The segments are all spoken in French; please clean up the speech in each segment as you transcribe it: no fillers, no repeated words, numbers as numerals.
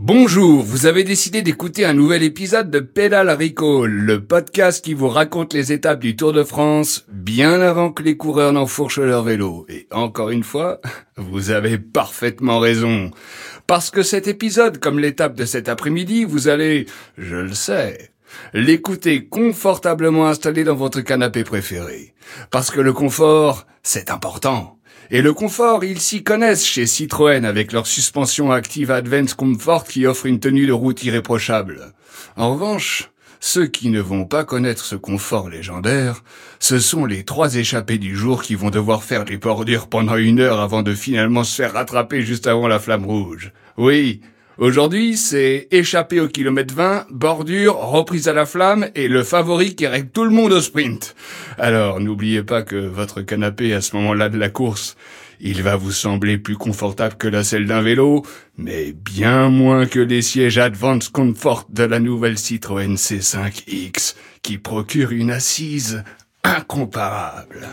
Bonjour, vous avez décidé d'écouter un nouvel épisode de Pédale Recall, le podcast qui vous raconte les étapes du Tour de France bien avant que les coureurs n'enfourchent leur vélo. Et encore une fois, vous avez parfaitement raison. Parce que cet épisode, comme l'étape de cet après-midi, vous allez, je le sais, l'écouter confortablement installé dans votre canapé préféré. Parce que le confort, c'est important. Et le confort, ils s'y connaissent chez Citroën avec leur suspension Active Advance Comfort qui offre une tenue de route irréprochable. En revanche, ceux qui ne vont pas connaître ce confort légendaire, ce sont les 3 échappés du jour qui vont devoir faire des bordures pendant 1 heure avant de finalement se faire rattraper juste avant la flamme rouge. Oui, aujourd'hui, c'est échappé au kilomètre 20, bordure, reprise à la flamme et le favori qui règle tout le monde au sprint. Alors, n'oubliez pas que votre canapé à ce moment-là de la course, il va vous sembler plus confortable que la selle d'un vélo, mais bien moins que les sièges Advance Comfort de la nouvelle Citroën C5X, qui procure une assise incomparable.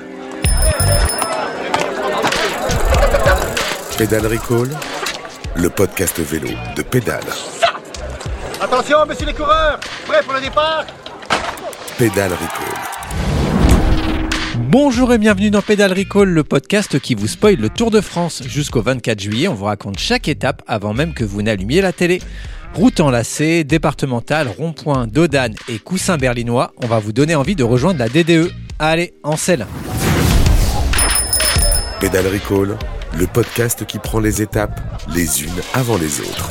Pédale Recall, le podcast vélo de Pédale. Attention, messieurs les coureurs, prêts pour le départ ? Pédale Recall. Bonjour et bienvenue dans Pédale Recall, le podcast qui vous spoil le Tour de France. Jusqu'au 24 juillet, on vous raconte chaque étape avant même que vous n'allumiez la télé. Route enlacée, départementale, rond-point, dodane et coussin berlinois, on va vous donner envie de rejoindre la DDE. Allez, en selle. Pédale Recall, le podcast qui prend les étapes les unes avant les autres.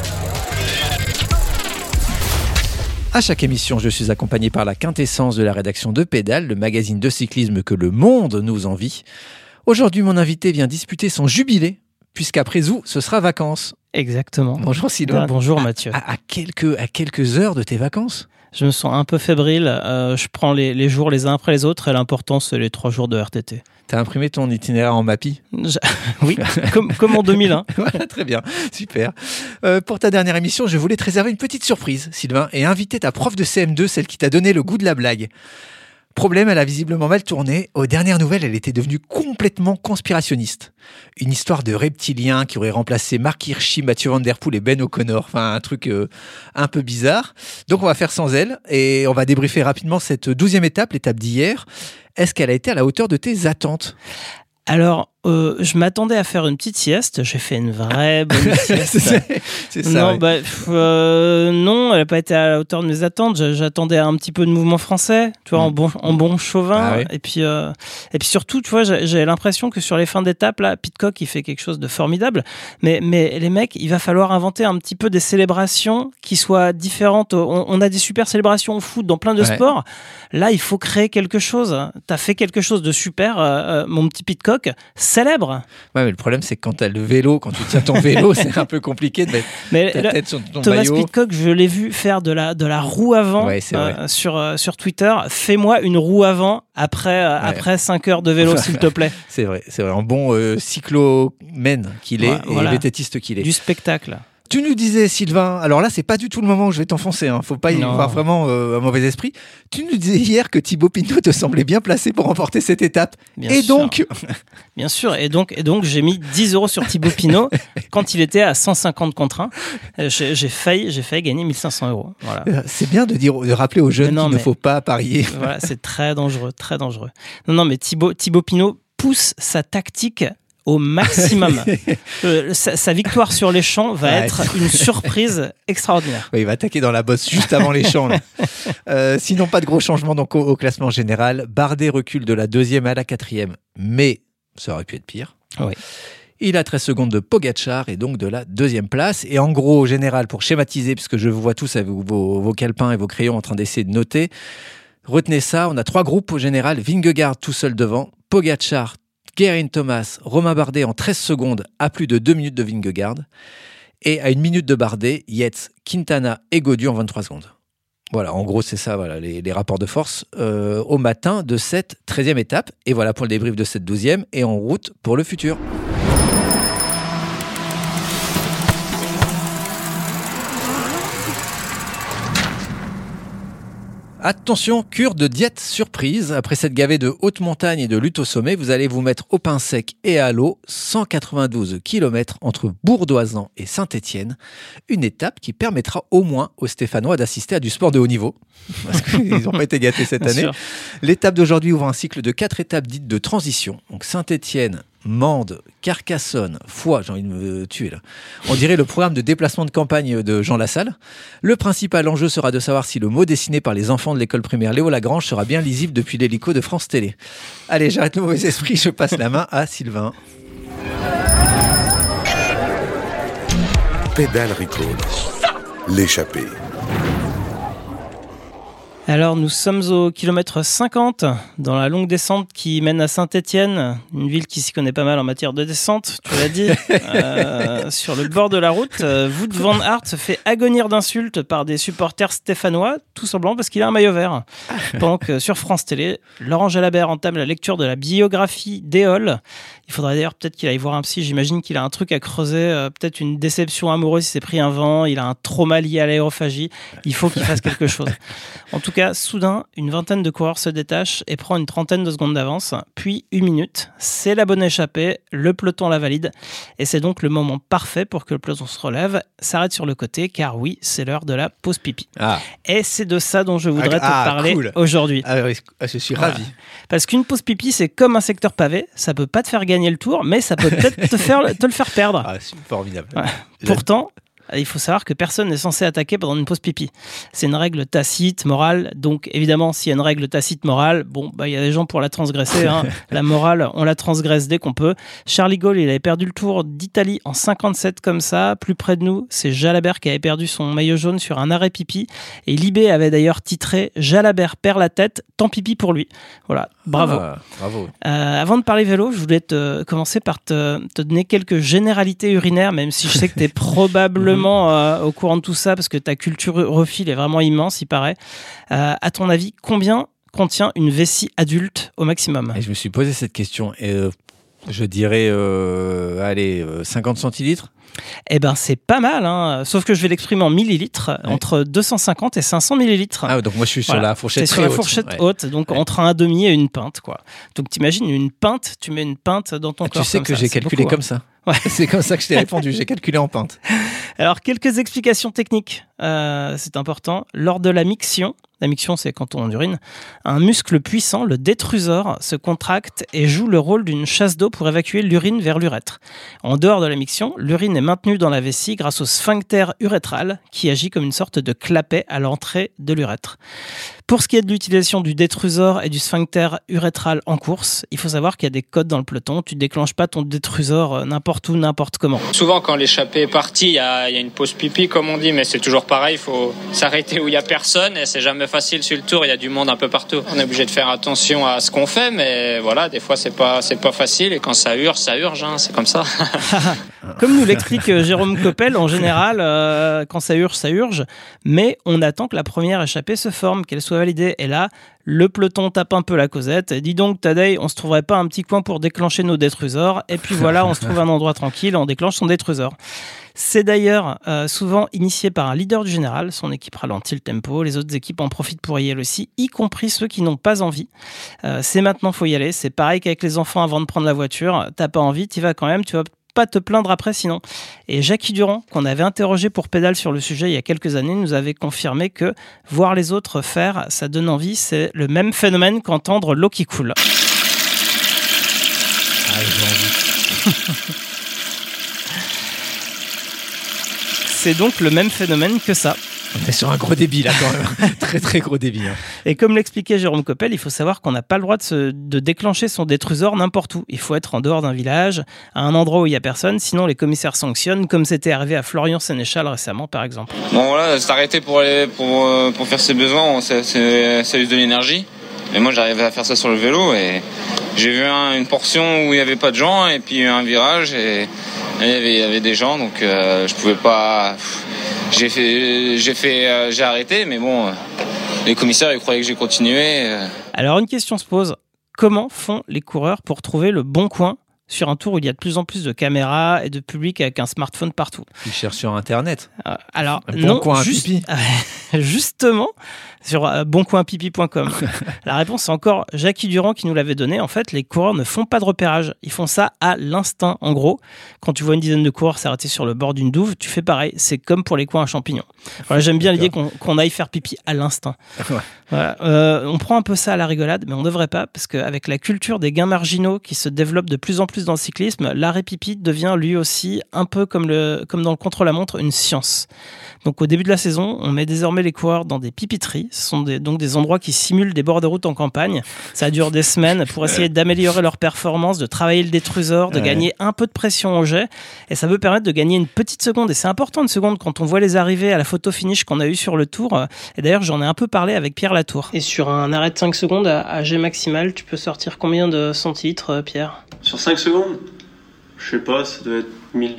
À chaque émission, je suis accompagné par la quintessence de la rédaction de Pédale, le magazine de cyclisme que le monde nous envie. Aujourd'hui, mon invité vient disputer son jubilé, puisqu'après août, ce sera vacances. Exactement. Bonjour Sylvain. Bonjour Mathieu. À quelques heures de tes vacances ? Je me sens un peu fébrile. Je prends les jours les uns après les autres et l'important, c'est les 3 jours de RTT. T'as imprimé ton itinéraire en Mappy ? Oui, comme en 2001. Voilà, très bien, super. Pour ta dernière émission, je voulais te réserver une petite surprise, Sylvain, et inviter ta prof de CM2, celle qui t'a donné le goût de la blague. Problème, elle a visiblement mal tourné. Aux dernières nouvelles, elle était devenue complètement conspirationniste. Une histoire de reptiliens qui aurait remplacé Mark Hirschi, Mathieu Van Der Poel et Ben O'Connor. Enfin, un truc un peu bizarre. Donc, on va faire sans elle et on va débriefer rapidement cette 12e étape, l'étape d'hier. Est-ce qu'elle a été à la hauteur de tes attentes ? Alors, je m'attendais à faire une petite sieste. J'ai fait une vraie bonne sieste. c'est ça. Non, Ouais. non, elle n'a pas été à la hauteur de mes attentes. J'attendais un petit peu de mouvement français, tu vois, en bon chauvin. Ah ouais. Et puis surtout, tu vois, j'ai l'impression que sur les fins d'étape, là, Pidcock, il fait quelque chose de formidable. Mais les mecs, il va falloir inventer un petit peu des célébrations qui soient différentes. On a des super célébrations au foot dans plein de sports. Là, il faut créer quelque chose. T'as fait quelque chose de super, mon petit Pidcock. Célèbre. Ouais, mais le problème, c'est que quand t'as le vélo, quand tu tiens ton vélo, c'est un peu compliqué de mettre ta tête sur ton Thomas maillot. Pidcock, je l'ai vu faire de la roue avant sur Twitter. Fais-moi une roue avant après 5 heures de vélo, s'il te plaît. C'est vrai. En bon cyclomène qu'il est et vététiste qu'il est. Du spectacle. Tu nous disais, Sylvain, alors là, c'est pas du tout le moment où je vais t'enfoncer, hein. Faut pas y voir vraiment un mauvais esprit. Tu nous disais hier que Thibaut Pinot te semblait bien placé pour remporter cette étape. Bien sûr, et donc, j'ai mis 10 € sur Thibaut Pinot quand il était à 150 contre 1. J'ai failli gagner 1 500 €. Voilà. C'est bien de rappeler aux jeunes qu'il ne faut pas parier. Voilà, c'est très dangereux, très dangereux. Non, mais Thibaut Pinot pousse sa tactique au maximum. Sa victoire sur les champs va être une surprise extraordinaire. Oui, il va attaquer dans la bosse juste avant les champs. Sinon, pas de gros changements donc, au classement général. Bardet recule de la 2e à la 4e, mais ça aurait pu être pire. Oui. Il a 13 secondes de Pogačar et donc de la 2e place. Et en gros, au général, pour schématiser, puisque je vous vois tous avec vos calepins et vos crayons en train d'essayer de noter, retenez ça, on a 3 groupes au général. Vingegaard tout seul devant, Pogačar, Geraint Thomas, Romain Bardet en 13 secondes à plus de 2 minutes de Vingegaard. Et à 1 minute de Bardet, Yates, Quintana et Gaudu en 23 secondes. Voilà, en gros, c'est ça, voilà, les rapports de force au matin de cette 13e étape. Et voilà pour le débrief de cette 12e et en route pour le futur. Attention, cure de diète surprise. Après cette gavée de haute montagne et de lutte au sommet, vous allez vous mettre au pain sec et à l'eau, 192 km entre Bourdoisan et Saint-Étienne. Une étape qui permettra au moins aux Stéphanois d'assister à du sport de haut niveau. Parce qu'ils n'ont pas été gâtés cette année. Sûr. L'étape d'aujourd'hui ouvre un cycle de 4 étapes dites de transition. Donc Saint-Étienne, Mende, Carcassonne, Foix, j'ai envie de me tuer là. On dirait le programme de déplacement de campagne de Jean Lassalle. Le principal enjeu sera de savoir si le mot dessiné par les enfants de l'école primaire Léo Lagrange sera bien lisible depuis l'hélico de France Télé. Allez, j'arrête le mauvais esprit, je passe la main à Sylvain. Pédale Recall. L'échappée. Alors nous sommes au kilomètre 50 dans la longue descente qui mène à Saint-Étienne, une ville qui s'y connaît pas mal en matière de descente, tu l'as dit. Sur le bord de la route, Wout van Aert se fait agonir d'insultes par des supporters stéphanois, tout simplement parce qu'il a un maillot vert. Pendant que sur France Télé, Laurent Jalabert entame la lecture de la biographie d'Éole. Il faudrait d'ailleurs peut-être qu'il aille voir un psy, j'imagine qu'il a un truc à creuser, peut-être une déception amoureuse, il s'est pris un vent, il a un trauma lié à l'aérophagie, il faut qu'il fasse quelque chose. En tout cas, soudain, une vingtaine de coureurs se détachent et prend une trentaine de secondes d'avance, puis 1 minute. C'est la bonne échappée, le peloton la valide, et c'est donc le moment parfait pour que le peloton se relève, s'arrête sur le côté, car oui, c'est l'heure de la pause pipi. Ah. Et c'est de ça dont je voudrais te parler aujourd'hui. Ah, oui, je suis ravi. Parce qu'une pause pipi, c'est comme un secteur pavé, ça peut pas te faire gagner le tour, mais ça peut peut-être te le faire perdre. Ah, c'est formidable. Ouais. Pourtant, il faut savoir que personne n'est censé attaquer pendant une pause pipi. C'est une règle tacite, morale. Donc, évidemment, s'il y a une règle tacite, morale, il y a des gens pour la transgresser. Hein. La morale, on la transgresse dès qu'on peut. Charles de Gaulle, il avait perdu le Tour d'Italie en 57 comme ça. Plus près de nous, c'est Jalabert qui avait perdu son maillot jaune sur un arrêt pipi. Et Libé avait d'ailleurs titré « Jalabert perd la tête, tant pipi pour lui ». Voilà, bravo. Bravo. Avant de parler vélo, je voulais commencer par te donner quelques généralités urinaires, même si je sais que tu es probablement au courant de tout ça parce que ta culture europhile est vraiment immense, il paraît. À ton avis, combien contient une vessie adulte au maximum ? Et je me suis posé cette question et je dirais 50 centilitres. Eh ben c'est pas mal, hein. Sauf que je vais l'exprimer en millilitres, entre 250 et 500 millilitres. Ah, donc moi je suis sur la fourchette très haute. Sur la fourchette haute, donc entre un demi et une pinte, quoi. Donc t'imagines une pinte, tu mets une pinte dans ton corps. Tu sais que j'ai calculé beaucoup, comme ça. Ouais. C'est comme ça que je t'ai répondu, j'ai calculé en pinte. Alors, quelques explications techniques, c'est important. Lors de la miction, c'est quand on urine, un muscle puissant, le détrusor, se contracte et joue le rôle d'une chasse d'eau pour évacuer l'urine vers l'urètre. En dehors de la miction, l'urine est maintenue dans la vessie grâce au sphincter urétral qui agit comme une sorte de clapet à l'entrée de l'urètre. Pour ce qui est de l'utilisation du détrusor et du sphincter urétral en course, il faut savoir qu'il y a des codes dans le peloton. Tu ne déclenches pas ton détrusor n'importe où, n'importe comment. Souvent, quand l'échappée est partie, il y a une pause pipi, comme on dit, mais c'est toujours pareil. Il faut s'arrêter où il n'y a personne et c'est jamais facile sur le tour. Il y a du monde un peu partout. On est obligé de faire attention à ce qu'on fait, mais voilà, des fois, c'est pas facile. Et quand ça urge, hein, c'est comme ça. Comme nous l'explique Jérôme Coppel, en général, quand ça urge, mais on attend que la première échappée se forme, qu'elle soit validée. Et là, le peloton tape un peu la causette. Dis donc, Tadej, on se trouverait pas un petit coin pour déclencher nos détrusors. Et puis voilà, on se trouve un endroit tranquille, on déclenche son détrusor. C'est d'ailleurs souvent initié par un leader du général. Son équipe ralentit le tempo. Les autres équipes en profitent pour y aller aussi, y compris ceux qui n'ont pas envie. C'est maintenant, faut y aller. C'est pareil qu'avec les enfants avant de prendre la voiture. T'as pas envie, t'y vas quand même, tu vas pas te plaindre après sinon. Et Jackie Durand, qu'on avait interrogé pour Pédale sur le sujet il y a quelques années, nous avait confirmé que voir les autres faire, ça donne envie. C'est le même phénomène qu'entendre l'eau qui coule. Ah, j'ai envie. C'est donc le même phénomène que ça. On est sur un gros débit là quand même, très très gros débit. Hein. Et comme l'expliquait Jérôme Coppel, il faut savoir qu'on n'a pas le droit de déclencher son détrusor n'importe où. Il faut être en dehors d'un village, à un endroit où il n'y a personne, sinon les commissaires sanctionnent, comme c'était arrivé à Florian Sénéchal récemment par exemple. Bon voilà, s'arrêter pour faire ses besoins, ça use de l'énergie. Et moi j'arrivais à faire ça sur le vélo et j'ai vu une portion où il n'y avait pas de gens et puis un virage et il y avait des gens donc je pouvais pas. J'ai arrêté, mais bon, les commissaires ils croyaient que j'ai continué. Alors une question se pose, comment font les coureurs pour trouver le bon coin sur un tour où il y a de plus en plus de caméras et de public avec un smartphone partout? Ils cherchent sur Internet. Alors un bon coin à pipi. Justement, sur boncoinpipi.com. La réponse, c'est encore Jackie Durand qui nous l'avait donné. En fait, les coureurs ne font pas de repérage. Ils font ça à l'instinct. En gros, quand tu vois une dizaine de coureurs s'arrêter sur le bord d'une douve, tu fais pareil. C'est comme pour les coins à champignons. Voilà, j'aime bien l'idée qu'on aille faire pipi à l'instinct. Ouais. Voilà. On prend un peu ça à la rigolade, mais on ne devrait pas, parce qu'avec la culture des gains marginaux qui se développe de plus en plus dans le cyclisme, l'arrêt pipi devient lui aussi un peu comme dans le contre-la-montre, une science. Donc au début de la saison, on met désormais les coureurs dans des pipiteries. Ce sont donc des endroits qui simulent des bords de route en campagne. Ça dure des semaines pour essayer d'améliorer leur performance, de travailler le détrusor, de gagner un peu de pression au jet. Et ça peut permettre de gagner une petite seconde. Et c'est important une seconde quand on voit les arrivées à la photo finish qu'on a eue sur le Tour. Et d'ailleurs, j'en ai un peu parlé avec Pierre Latour. Et sur un arrêt de 5 secondes à jet maximal, tu peux sortir combien de centilitres, Pierre ? Sur 5 secondes ? Je sais pas, ça doit être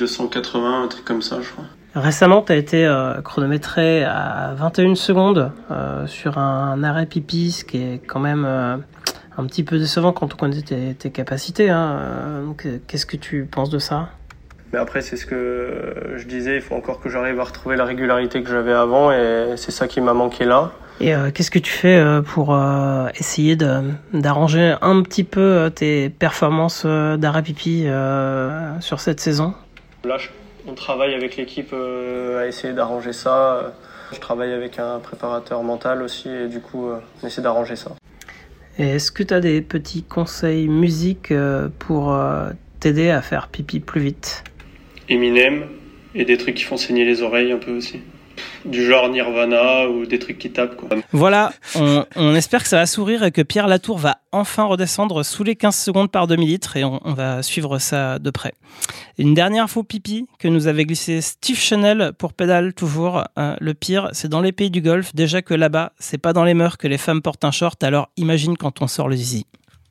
1280, un truc comme ça, je crois. Récemment, tu as été chronométré à 21 secondes sur un arrêt pipi, ce qui est quand même un petit peu décevant quand on connaît tes capacités. Donc, qu'est-ce que tu penses de ça ? Mais après, c'est ce que je disais, il faut encore que j'arrive à retrouver la régularité que j'avais avant, et c'est ça qui m'a manqué là. Et qu'est-ce que tu fais pour essayer d'arranger un petit peu tes performances d'arrêt pipi sur cette saison ? Là, on travaille avec l'équipe à essayer d'arranger ça. Je travaille avec un préparateur mental aussi, et du coup, on essaie d'arranger ça. Et est-ce que tu as des petits conseils musique pour t'aider à faire pipi plus vite ? Eminem, et des trucs qui font saigner les oreilles un peu aussi. Du genre Nirvana ou des trucs qui tapent, quoi. Voilà, on espère que ça va sourire et que Pierre Latour va enfin redescendre sous les 15 secondes par demi-litre, et on va suivre ça de près. Une dernière info pipi que nous avait glissé Steve Chenel pour Pédale toujours. Le pire, c'est dans les pays du Golfe. Déjà que là-bas, c'est pas dans les mœurs que les femmes portent un short, alors imagine quand on sort le zizi.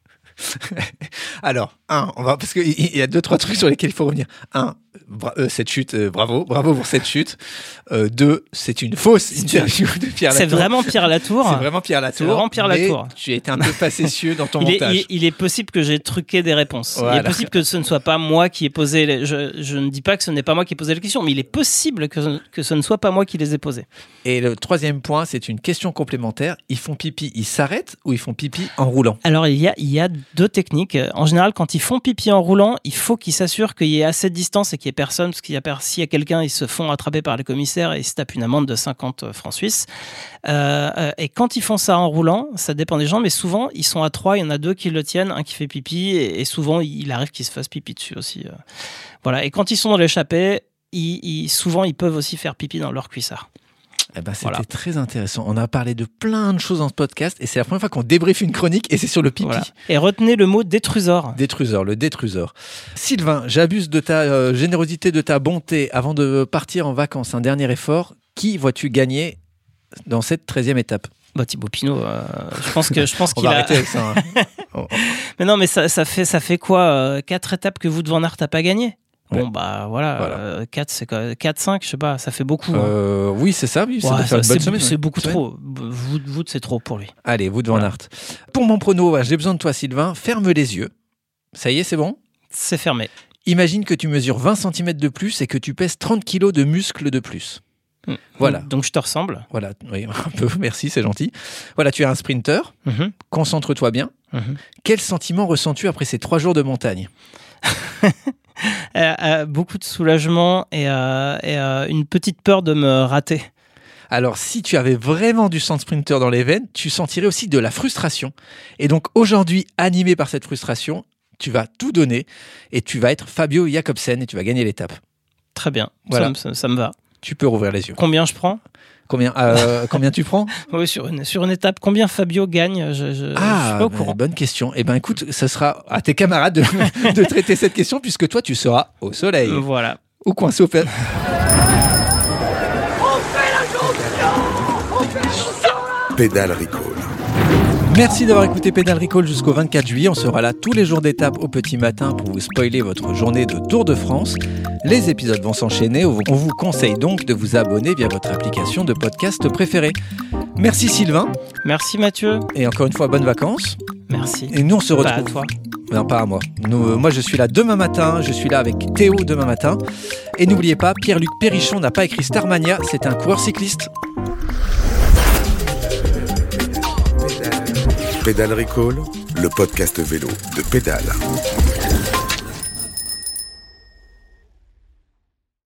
Alors, parce qu'il y a 2-3 trucs sur lesquels il faut revenir. Cette chute, bravo pour cette chute. 2, c'est une fausse interview de Pierre Latour. C'est vraiment Pierre Latour. C'est vraiment Pierre Latour. Tu as été un peu facétieux dans ton montage. Il est possible que j'ai truqué des réponses. Voilà. Il est possible que ce ne soit pas moi qui ai posé. Je ne dis pas que ce n'est pas moi qui ai posé les questions, mais il est possible que ce ne soit pas moi qui les ai posées. Et le 3e point, c'est une question complémentaire. Ils font pipi, ils s'arrêtent, ou ils font pipi en roulant ? Alors, il y a 2 techniques. En général, quand ils font pipi en roulant, il faut qu'ils s'assurent qu'il y ait assez de distance et qu'il n'y ait personne, parce s'il y a quelqu'un, ils se font attraper par les commissaires et ils se tapent une amende de 50 francs suisses. Et quand ils font ça en roulant, ça dépend des gens, mais souvent, ils sont à 3, il y en a 2 qui le tiennent, un qui fait pipi, et souvent, il arrive qu'ils se fassent pipi dessus aussi. Voilà. Et quand ils sont dans l'échappée, souvent, ils peuvent aussi faire pipi dans leur cuissard. C'était très intéressant. On a parlé de plein de choses dans ce podcast, et c'est la première fois qu'on débriefe une chronique, et c'est sur le pipi. Voilà. Et retenez le mot détrusor. Le détrusor. Sylvain, j'abuse de ta générosité, de ta bonté. Avant de partir en vacances, un dernier effort. Qui vois-tu gagner dans cette 13e étape ? Thibaut Pinot, je pense qu'il va arrêter avec ça. Mais non, mais ça fait quoi 4 étapes que Wout van Aert n'a pas gagné ? Bon, voilà. 4, 5, je sais pas, ça fait beaucoup. Oui, c'est ça, oui, ça doit faire une bonne semaine. C'est beaucoup trop. Wout, c'est trop pour lui. Allez, Wout van Aert. Pour mon prono, j'ai besoin de toi, Sylvain. Ferme les yeux. Ça y est, c'est bon ? C'est fermé. Imagine que tu mesures 20 cm de plus et que tu pèses 30 kg de muscles de plus. Voilà. Donc je te ressemble. Voilà, oui, un peu, merci, c'est gentil. Voilà, tu es un sprinter. Concentre-toi bien. Quel sentiment ressens-tu après ces 3 jours de montagne ? Beaucoup de soulagement et une petite peur de me rater. Alors, si tu avais vraiment du sang sprinter dans les veines, tu sentirais aussi de la frustration. Et donc, aujourd'hui, animé par cette frustration, tu vas tout donner et tu vas être Fabio Jakobsen et tu vas gagner l'étape. Très bien, voilà. Ça me va. Tu peux rouvrir les yeux. Combien je prends ? Combien tu prends ? Oui, sur une étape, combien Fabio gagne ? Je suis pas au courant. Bonne question. Eh bien, écoute, ce sera à tes camarades de traiter cette question, puisque toi, tu seras au soleil. Voilà. Ou coincé au fait. Pédale Recall. Merci d'avoir écouté Pédale Recall jusqu'au 24 juillet. On sera là tous les jours d'étape au petit matin pour vous spoiler votre journée de Tour de France. Les épisodes vont s'enchaîner. On vous conseille donc de vous abonner via votre application de podcast préférée. Merci Sylvain. Merci Mathieu. Et encore une fois, bonnes vacances. Merci. Et nous, on se retrouve. Pas à toi. Non, pas à moi. Moi, je suis là demain matin. Je suis là avec Théo demain matin. Et n'oubliez pas, Pierre-Luc Périchon n'a pas écrit Starmania. C'est un coureur cycliste. Pédale Recall, le podcast vélo de Pédale.